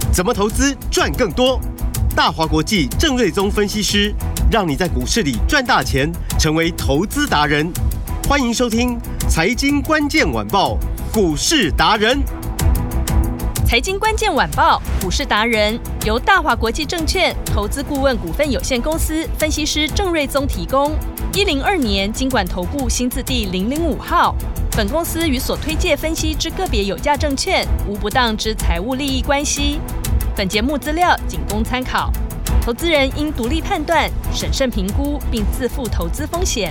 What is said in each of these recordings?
怎么投资赚更多？大华国际郑瑞宗分析师让你在股市里赚大钱，成为投资达人。欢迎收听《财经关键晚报》股市达人。 财经关键晚报股市达人由大华国际证券投资顾问股份有限公司分析师郑瑞宗提供。102年金管投顾新字第005号。本公司与所推介分析之个别有价证券无不当之财务利益关系。本节目资料仅供参考，投资人应独立判断、审慎评估，并自负投资风险。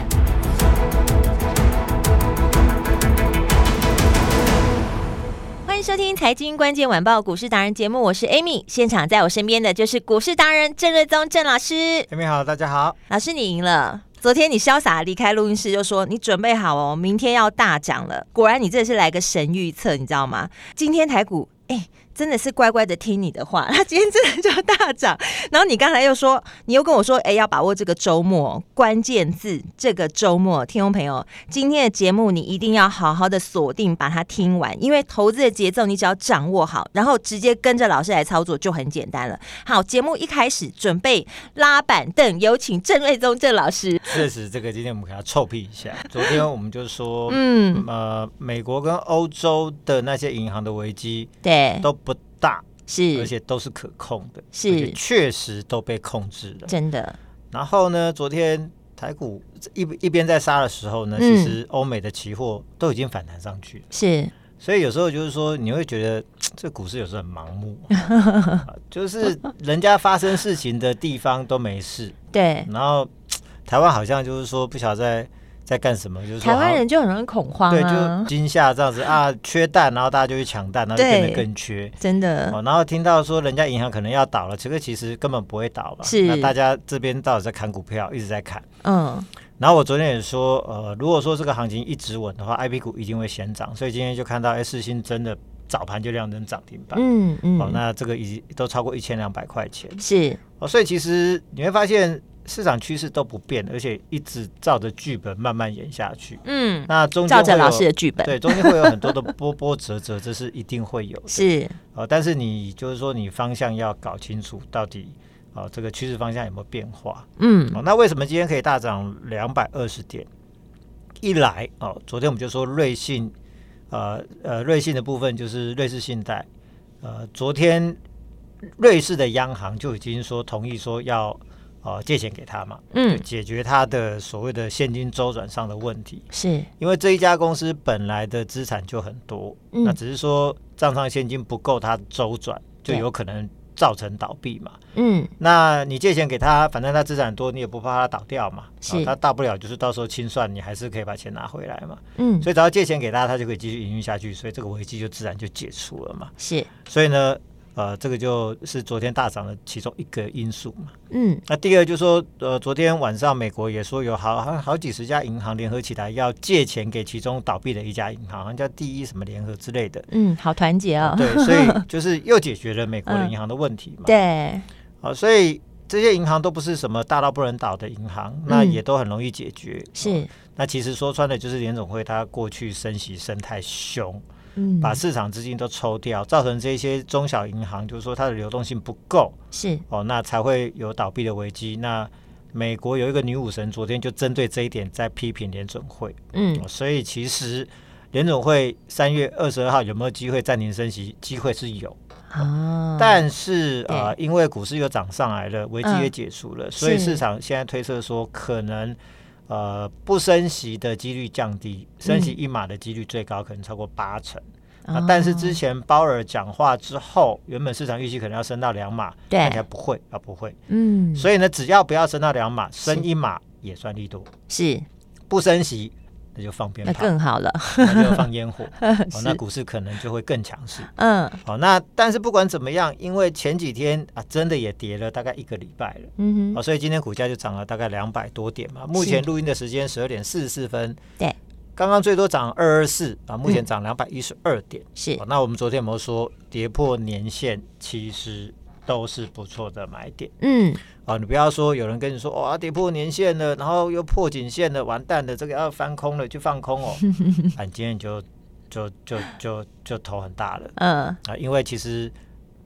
欢迎收听财经关键晚报股市达人节目，我是 Amy， 现场在我身边的就是股市达人郑瑞宗郑老师。 Amy 好，大家好。 老师你赢了，昨天你潇洒离开录音室就说你准备好哦，明天要大涨了。果然你这是来个神预测，你知道吗？今天台股真的是乖乖的听你的话，他今天真的就大涨。然后你刚才你又跟我说，要把握这个周末，关键字这个周末，听众朋友，今天的节目你一定要好好的锁定，把它听完，因为投资的节奏你只要掌握好，然后直接跟着老师来操作就很简单了。好，节目一开始准备拉板凳，有请郑瑞宗郑老师。 确实，这个今天我们给他臭屁一下。昨天我们就说，美国跟欧洲的那些银行的危机，对，都不大， 是， 而且都是可控的， 是， 而且确实都被控制了， 真的。 然后呢，昨天台股一边在杀的时候呢，其实欧美的期货都已经反弹上去了， 是。 所以有时候就是说，你会觉得这股市有时候很盲目，就是人家发生事情的地方都没事， 对， 然后台湾好像就是说不晓得在干什么，就是说台湾人就很容易恐慌， 对，就惊吓这样子啊，缺蛋，然后大家就去抢蛋，然后就变得更缺， 真的。 然后听到说人家银行可能要倒了，这个其实根本不会倒嘛， 是。 那大家这边到底在砍股票，一直在砍，然后我昨天也说，如果说这个行情一直稳的话 ，IP 股一定会先涨，所以今天就看到世芯真的早盘就亮灯涨停板，那这个已经都超过1200块钱， 是， 所以其实你会发现市场趋势都不变，而且一直照着剧本慢慢演下去，那中间照着老师的剧本， 对，中间会有很多的波波折折，这是一定会有的， 是， 但是你就是说你方向要搞清楚，到底这个趋势方向有没有变化？那为什么今天可以大涨220点？一来昨天我们就说瑞信，瑞信的部分就是瑞士信贷，昨天瑞士的央行就已经说同意说要借钱给他嘛，解决他的所谓的现金周转上的问题， 是因为这一家公司本来的资产就很多，那只是说账上现金不够他周转，就有可能造成倒闭嘛，那你借钱给他，反正他资产多，你也不怕他倒掉嘛，他大不了就是到时候清算，你还是可以把钱拿回来嘛，所以只要借钱给他，他就可以继续营运下去，所以这个危机就自然就解除了嘛， 是， 所以呢，这个就是昨天大涨的其中一个因素嘛，那第二就是说，昨天晚上美国也说有好几十家银行联合起来要借钱给其中倒闭的一家银行，好像叫第一什么联合之类的， 好团结哦， 对，所以就是又解决了美国的银行的问题嘛， 对， 所以这些银行都不是什么大到不能倒的银行，那也都很容易解决， 是， 那其实说穿的就是联总会它过去升息升太凶。把市场资金都抽掉，造成这些中小银行就是说它的流动性不够， 是那才会有倒闭的危机。那美国有一个女武神，昨天就针对这一点在批评联准会，所以其实联准会3月22号有没有机会暂停升息？机会是有，但是因为股市又涨上来了，危机也解除了，所以市场现在推测说可能。不升息的几率降低，升息一码的几率最高，可能超过80%。但是之前鲍尔讲话之后，原本市场预期可能要升到2码，看起来不会，不会。所以呢，只要不要升到2码，升1码也算利多。 是， 不升息。那就放鞭炮， 那更好了， 那就放烟火那股市可能就会更强势。那但是不管怎么样，因为前几天真的也跌了大概1个礼拜了，所以今天股价就涨了大概200多点嘛。目前录音的时间12点44分， 对， 刚刚最多涨224目前涨212点。 是， 那我们昨天有没有说跌破年线其实都是不错的买点？你不要说有人跟你说跌破年线了，然后又破颈线了，完蛋了，这个要翻空了，就放空你今天就头很大了。因为其实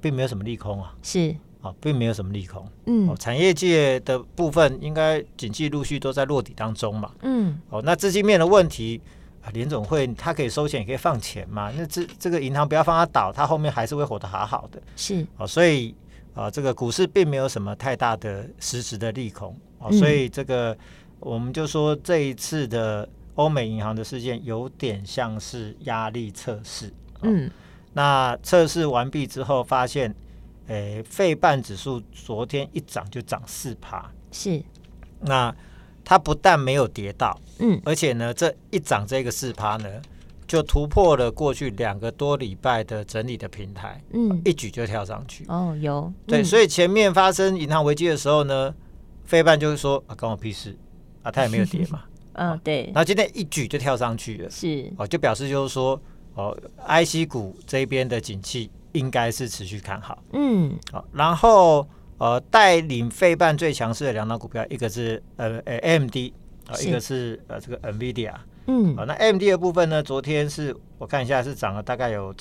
并没有什么利空啊， 是并没有什么利空。产业界的部分应该景气陆续都在落底当中嘛。那资金面的问题，联总会它可以收钱也可以放钱嘛，那这个银行不要放它倒，它后面还是会活得好好的。 是所以这个股市并没有什么太大的实质的利空。所以这个我们就说这一次的欧美银行的事件有点像是压力测试。那测试完毕之后发现费半指数昨天一涨就涨 4%。 是， 那它不但没有跌到，而且呢这一涨这个 4% 呢就突破了过去2个多礼拜的整理的平台，一举就跳上去。 有对，所以前面发生银行危机的时候呢，费半就是说关我屁事它也没有跌嘛。 对， 然后今天一举就跳上去了， 是就表示就是说IC 股这边的景气应该是持续看好。然后带领费半最强势的2档股票，一个是AMD，一个是这个 NVIDIA。那 AMD 的部分呢，昨天是我看一下是涨了大概有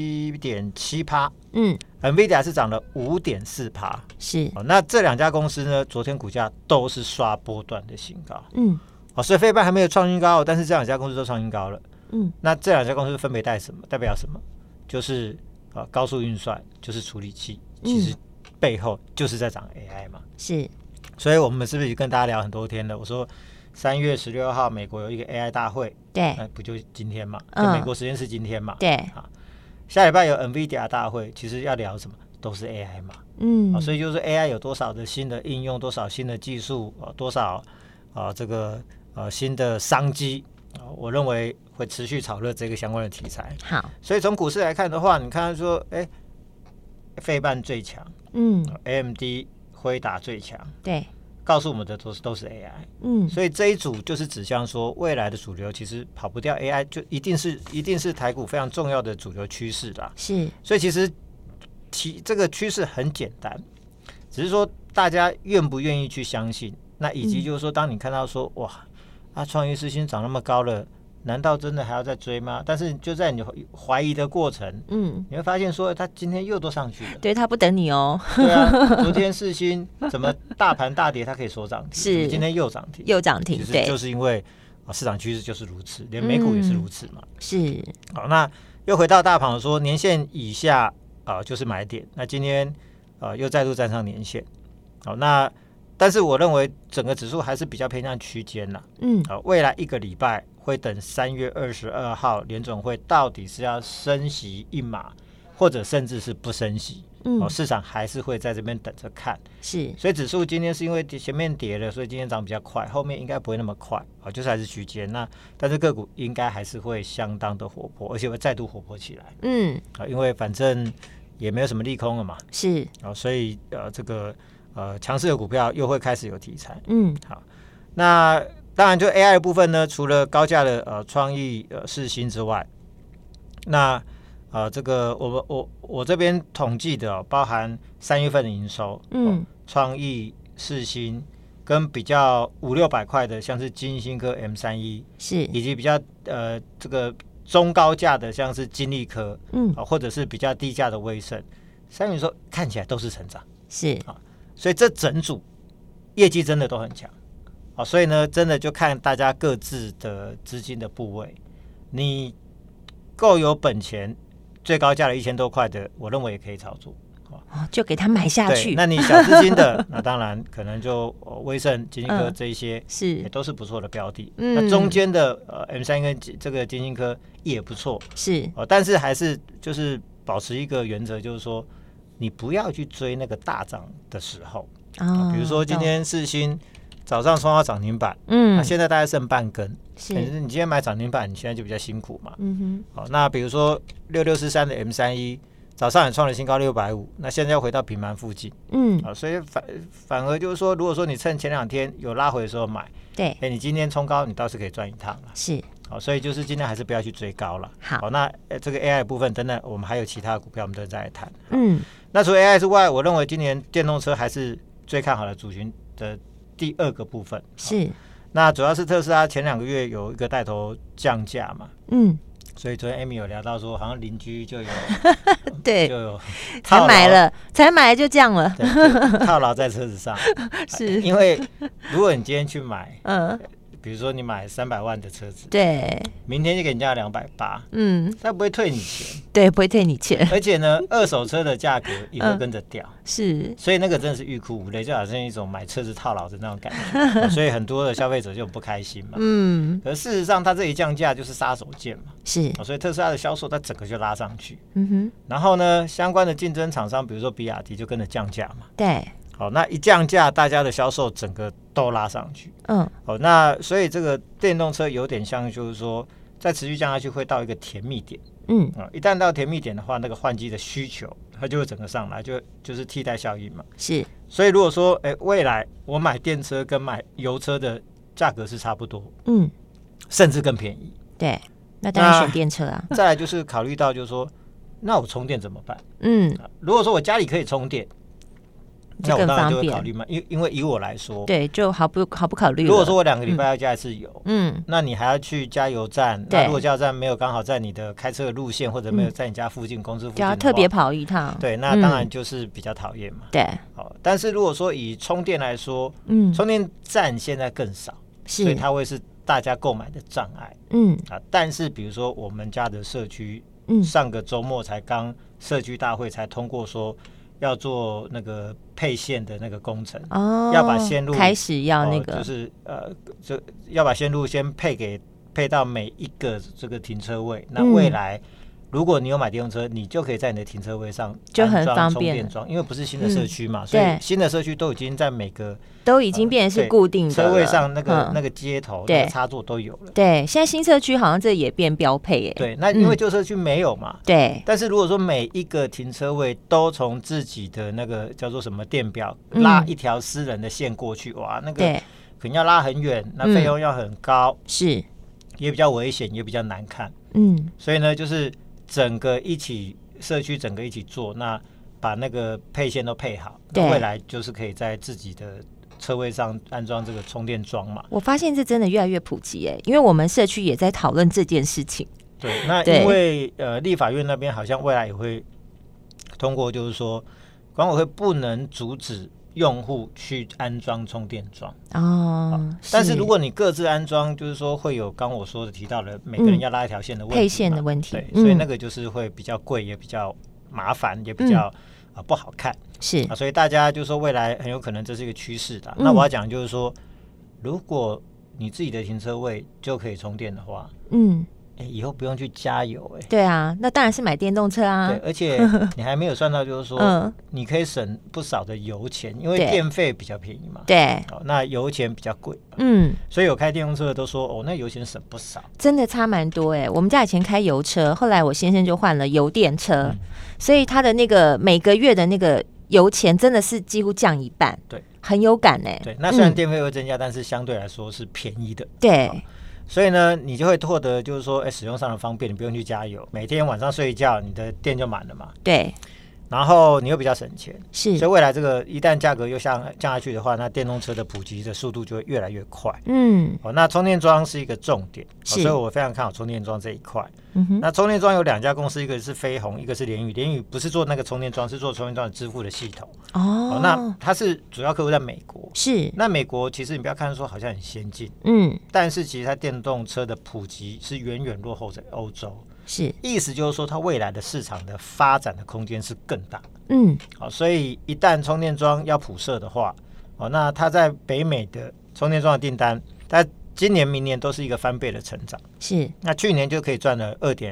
7.7%， NVIDIA 是涨了 5.4%。 是， 那这2家公司呢，昨天股价都是刷波段的新高。所以费半还没有创新高，但是这2家公司都创新高了。那这2家公司分别代表什么？就是高速运算，就是处理器，其实背后就是在涨 AI 嘛。 是， 所以我们是不是跟大家聊很多天了？我说3月16号美国有一个 AI 大会， 对， 不就今天嘛？就美国时间是今天嘛？ 对。 下礼拜有 NVIDIA 大会，其实要聊什么？都是 AI 嘛。所以就是 AI 有多少的新的应用，多少新的技术，多少这个新的商机，我认为会持续炒热这个相关的题材。 好， 所以从股市来看的话，你看说，费半最强，AMD 辉达最强， 对， 告诉我们的都是 AI。所以这一组就是指向说，未来的主流其实跑不掉 AI， 就一定是台股非常重要的主流趋势啦。 是， 所以其实这个趋势很简单，只是说大家愿不愿意去相信。那以及就是说，当你看到说哇，创意世新涨那么高了，难道真的还要再追吗？但是就在你怀疑的过程，你会发现说，它今天又都上去了。 对，它不等你哦。 对啊，昨天世新怎么大盘大跌，它可以说涨停，是今天又涨停，对，就是因为市场趋势就是如此，连美股也是如此嘛。 是。 好，那又回到大盘说，年线以下就是买点。那今天又再度站上年线。好，那但是我认为整个指数还是比较偏向区间啦。未来1个礼拜会等3月22号联准会到底是要升息1码，或者甚至是不升息。市场还是会在这边等着看。 是， 所以指数今天是因为前面跌了，所以今天涨比较快，后面应该不会那么快。就是还是区间。那但是个股应该还是会相当的活泼，而且会再度活泼起来。因为反正也没有什么利空了嘛。 是。 所以这个强势的股票又会开始有题材。好，那当然就 AI 的部分呢，除了高价的创意世新之外，那这个我这边统计的包含3月份的营收，创意世新跟比较500-600块的，像是金星科 M31， 是， 以及比较这个中高价的，像是金利科，或者是比较低价的威盛，3月营收看起来都是成长。 是。 所以这整组业绩真的都很强。所以呢真的就看大家各自的资金的部位，你够有本钱，最高价的1000多块的，我认为也可以操作。 就给它买下去。 那你小资金的那当然可能就威盛、金星科这一些是也都是不错的标的。那中间的M3跟这个金星科也不错。 是。 但是还是就是保持一个原则，就是说你不要去追那个大涨的时候。比如说今天世新早上冲到涨停板，那现在大概剩半根，是你今天买涨停板，你现在就比较辛苦嘛。好，那比如说6643的 M31，早上也创了新高650，那现在要回到平盘附近，所以反而就是说，如果说你趁前2天有拉回的时候买， 对， 你今天冲高，你倒是可以赚一趟了。 是。 好，所以就是今天还是不要去追高了。好，那这个 AI 的部分等等，我们还有其他的股票，我们都再来谈。那除了 AI 之外，我认为今年电动车还是最看好的族群的第2个部分。 是。 那主要是特斯拉前2个月有一个带头降价嘛。 所以昨天 Amy 有聊到说，好像邻居就有对， 就有才买了就这样了， 对，就套牢在车子上。 是因为如果你今天去买，比如说你买300万的车子， 对， 明天就给人家280，他不会退你钱， 对，不会退你钱， 而且呢，二手车的价格也会跟着掉， 是， 所以那个真的是欲哭无泪，就好像一种买车子套牢的那种感觉，所以很多的消费者就不开心嘛，可是事实上，它这一降价就是杀手锏嘛， 是， 所以特斯拉的销售它整个就拉上去，然后呢，相关的竞争厂商，比如说比亚迪就跟着降价嘛， 对。 好，那一降价，大家的销售整个都拉上去。好，那所以这个电动车有点像，就是说，再持续降下去会到一个甜蜜点。一旦到甜蜜点的话，那个换机的需求它就会整个上来，就是替代效应嘛。 是。所以如果说，未来我买电车跟买油车的价格是差不多，甚至更便宜。 对，那当然选电车啊。 再来就是考虑到，就是说，那我充电怎么办？如果说我家里可以充电。那我当然就会考虑嘛，因为以我来说， 对，就毫不考虑了。 如果说我2个礼拜要加一次油，那你还要去加油站，那如果加油站没有刚好在你的开车的路线，或者没有在你家附近、公司附近，就要特别跑一趟。 对，那当然就是比较讨厌嘛。 对， 好，但是如果说以充电来说，充电站现在更少，所以它会是大家购买的障碍。但是比如说我们家的社区，上个周末才刚社区大会才通过说。要做那个配线的那个工程，要把线路开始要那个， 就是就要把线路先配到每一个这个停车位。那未来如果你有买电动车，你就可以在你的停车位上就很方便充电桩，因为不是新的社区嘛，所以新的社区都已经在每个都已经变成是固定的车位上那个接头、那个插座都有了。 对，现在新社区好像这也变标配耶。 对，那因为旧社区没有嘛。 对。 但是如果说每一个停车位都从自己的那个叫做什么电表拉一条私人的线过去，哇，那个可能要拉很远，那费用要很高， 是， 也比较危险，也比较难看。所以呢，就是整个社区整个一起做，那把那个配线都配好，那未来就是可以在自己的车位上安装这个充电桩嘛。 我发现这真的越来越普及耶，因为我们社区也在讨论这件事情。 对，那因为立法院那边好像未来也会通过，就是说管委会不能阻止用户去安装充电桩但是如果你各自安装，就是说会有刚我说的提到的每个人要拉一条线的问题， 配线的问题， 对，所以那个就是会比较贵，也比较麻烦，也比较不好看， 是所以大家就说未来很有可能这是一个趋势的。那我要讲就是说，如果你自己的停车位就可以充电的话，以后不用去加油。 对啊，那当然是买电动车啊。 对，而且你还没有算到，就是说，你可以省不少的油钱，因为电费比较便宜嘛。 对， 那油钱比较贵。所以有开电动车的都说，那油钱省不少， 真的差蛮多我们家以前开油车，后来我先生就换了油电车，所以他的那个每个月的那个油钱真的是几乎降一半。 对， 很有感对，那虽然电费会增加，但是相对来说是便宜的。 对。 所以呢，你就会获得就是说，使用上的方便，你不用去加油，每天晚上睡一觉，你的电就满了嘛。 对。 然后你又比较省钱， 是。 所以未来这个一旦价格又降下去的话，那电动车的普及的速度就会越来越快。那充电桩是一个重点，所以我非常看好充电桩这一块。那充电桩有2家公司，一个是飞鸿，一个是联宇。联宇不是做那个充电桩，是做充电桩的支付的系统。那它是主要客户在美国。 是。 那美国其实你不要看说好像很先进，但是其实它电动车的普及是远远落后在欧洲。 是， 意思就是说，它未来的市场的发展的空间是更大。所以一旦充电桩要普设的话，那它在北美的充电桩的订单，它今年、明年都是一个翻倍的成长。 是， 那去年就可以赚了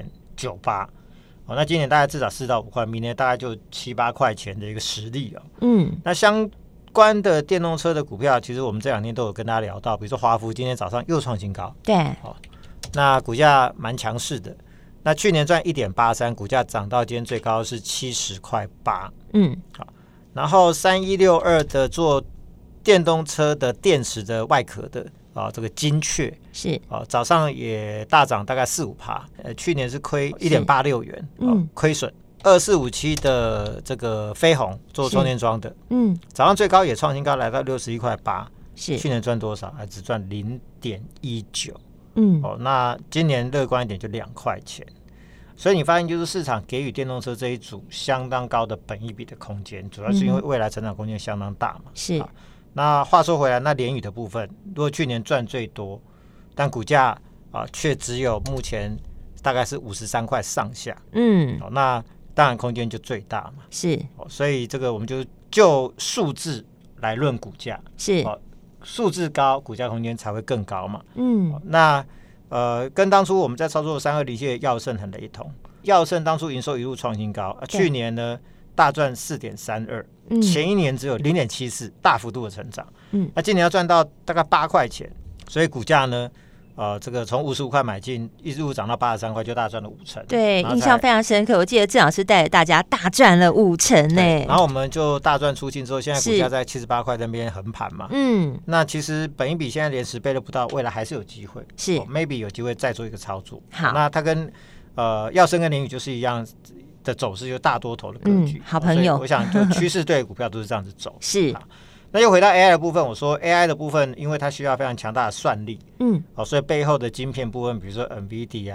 2.98，那今年大概至少4到5块，明年大概就7、8块钱的一个实力那相关的电动车的股票，其实我们这2天都有跟大家聊到，比如说华孚今天早上又创新高， 对， 那股价蛮强势的。那去年赚 1.83， 股价涨到今天最高是70.8块。好，然后3162的做电动车的电池的外壳的这个精确是早上也大涨大概4-5%，去年是亏 1.86 元，亏损。2457的这个飞鸿做充电桩的，早上最高也创新高来到61.8块，是去年赚多少？只赚0.19。 那今年乐观一点就2块钱。所以你发现就是市场给予电动车这一组相当高的本益比的空间，主要是因为未来成长空间相当大嘛。 是。 那话说回来，那联宇的部分，如果去年赚最多，但股价却只有目前大概是53块上下，那当然空间就最大嘛。 是。 所以这个我们就数字来论股价， 是。 数字高，股价空间才会更高嘛。那跟当初我们在操作3207的耀盛很雷同。耀盛当初营收一路创新高，去年呢大赚 4.32，前一年只有 0.74， 大幅度的成长。那今年要赚到大概8块钱，所以股价呢这个从55块买进，一路涨到83块，就大赚了50%。 对，印象非常深刻。我记得郑老师带着大家大赚了50%呢。 然后我们就大赚出清之后，现在股价在78块那边横盘嘛。那其实本益比现在连10倍都不到，未来还是有机会。 是 ，maybe 有机会再做一个操作。 好， 那它跟耀盛跟联宇就是一样的走势，就大多头的格局。 好朋友， 我想就趋势对股票都是这样子走。 是。 那又回到 AI 的部分，我说 AI 的部分，因为它需要非常强大的算力，所以背后的晶片部分，比如说 NVIDIA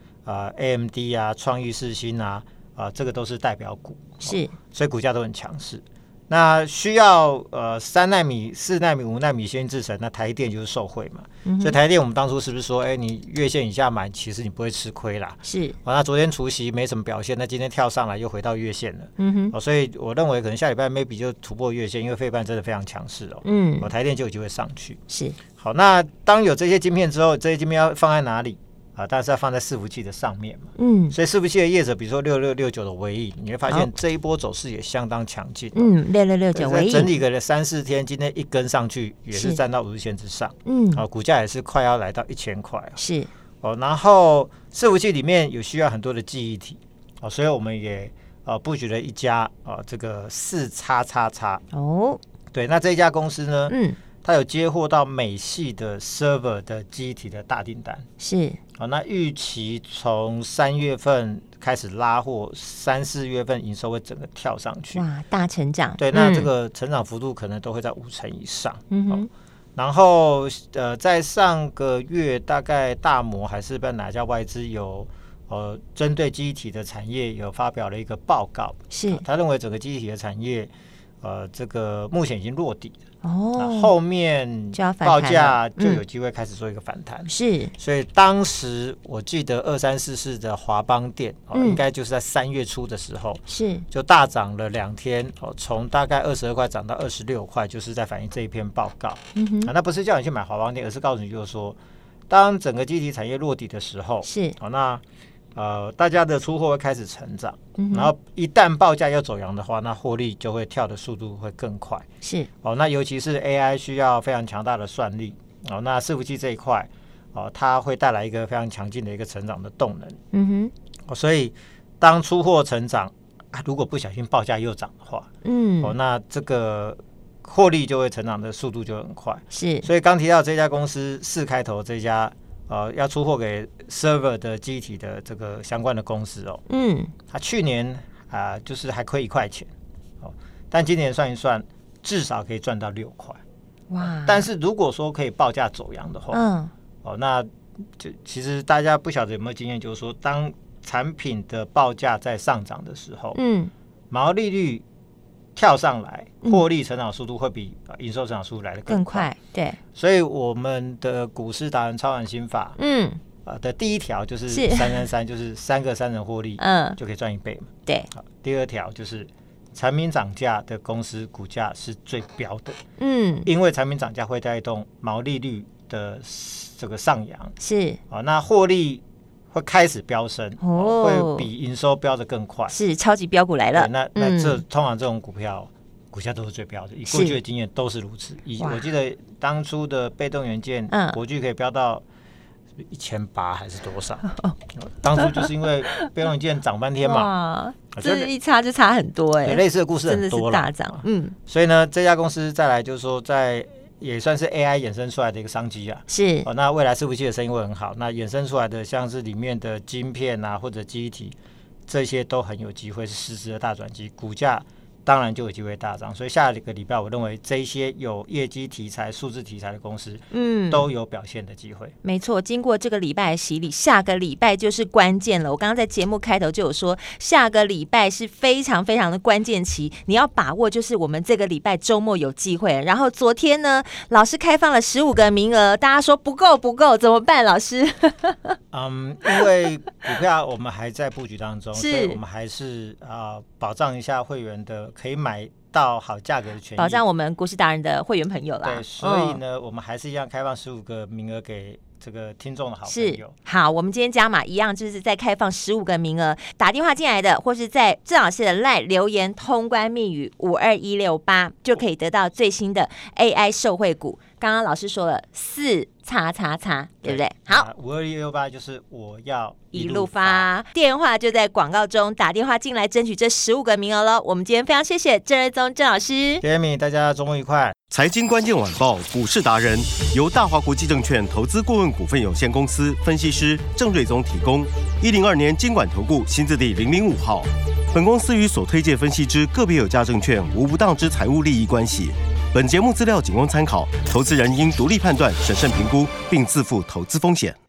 AMD 创意世芯这个都是代表股， 是， 所以股价都很强势。那需要3奈米、4奈米、5奈米先进制程，那台电就是受惠嘛。所以台电我们当初是不是说，你月线以下买，其实你不会吃亏啦？ 是。 那昨天除息没什么表现，那今天跳上来又回到月线了。所以我认为可能下礼拜 maybe 就突破月线，因为费半真的非常强势台电就有机会上去。 是。 好，那当有这些晶片之后，这些晶片要放在哪里？当然是要放在伺服器的上面嘛。所以伺服器的业者，比如说6669的微翼，你会发现这一波走势也相当强劲。 6669微翼整理个3-4天，今天一根上去也是站到50线之上。股价也是快要来到1000块。 是。 然后伺服器里面有需要很多的记忆体，所以我们也布局了一家这个4XXX。对，那这一家公司呢，它有接获到美系的 server 的记忆体的大订单。 是。 那预期从3月份开始拉货，3-4月份营收会整个跳上去。 哇，大成长。 对，那这个成长幅度可能都会在50%以上。然后在上个月大概大摩还是哪家外资有针对记忆体的产业有发表了一个报告。 是。 他认为整个记忆体的产业这个目前已经落底了。后面报价就有机会开始做一个反弹。 是。 所以当时我记得2344的华邦电应该就是在3月初的时候， 是就大涨了2天，从大概22块涨到26块，就是在反映这一篇报告。那不是叫你去买华邦电，而是告诉你就是说，当整个记忆体产业落底的时候， 是那大家的出货会开始成长，然后一旦报价要走阳的话，那获利就会跳的速度会更快。 是。 那尤其是 AI 需要非常强大的算力，那伺服器这一块它会带来一个非常强劲的一个成长的动能。所以当出货成长，如果不小心报价又涨的话，那这个获利就会成长的速度就很快。 是。 所以刚提到这家公司4开头这家要出货给 server 的记忆体的这个相关的公司它去年就是还亏1块钱但今年算一算，至少可以赚到6块。 哇！ 但是如果说可以报价走阳的话，那就其实大家不晓得有没有经验，就是说当产品的报价在上涨的时候，毛利率跳上来，获利成长速度会比营收成长速度来得更快。 对， 所以我们的股市达人超人心法，的第一条就是333，就是3个3成获利，就可以赚1倍嘛。 对。 第二条就是产品涨价的公司股价是最标的，因为产品涨价会带动毛利率的这个上扬， 是那获利会开始飙升，会比营收飙得更快， 是超级标股来了。 那通常这种股票股价都是最标的，以过去的经验都是如此。我记得当初的被动元件，国巨可以飙到1800还是多少？当初就是因为被动元件涨半天嘛， 这一差就差很多类似的故事很多了， 真的是大涨。 所以呢，这家公司再来就是说也算是 AI 衍生出来的一个商机是那未来伺服器的生意会很好，那衍生出来的像是里面的晶片或者记忆体，这些都很有机会是实质的大转机，股价当然就有机会大涨。所以下个礼拜我认为这一些有业绩题材、数字题材的公司，都有表现的机会。 没错，经过这个礼拜的洗礼，下个礼拜就是关键了。我刚刚在节目开头就有说，下个礼拜是非常非常的关键期，你要把握，就是我们这个礼拜周末有机会。然后昨天呢，老师开放了15个名额，大家说不够，怎么办？老师？ 因为股票我们还在布局当中，所以我们还是保障一下会员的可以买到好价格的权益， 保障我们股市达人的会员朋友啦。 对，所以呢，我们还是一样开放15个名额给这个听众的好朋友。 好，我们今天加码一样，就是再开放15个名额，打电话进来的，或是在郑老师的 LINE 留言通关密语52168，就可以得到最新的 AI 受惠股。刚刚老师说了4叉叉叉，对不对？好 ，52168就是我要一路发，电话就在广告中，打电话进来争取这15个名额了。我们今天非常谢谢郑瑞宗郑老师， 谢谢你，大家周末愉快。 财经关键晚报股市达人由大华国际证券投资顾问股份有限公司分析师郑瑞宗提供。102年金管投顾新字第005号。本公司与所推介分析之个别有价证券无不当之财务利益关系。本节目资料仅供参考，投资人应独立判断、审慎评估，并自负投资风险。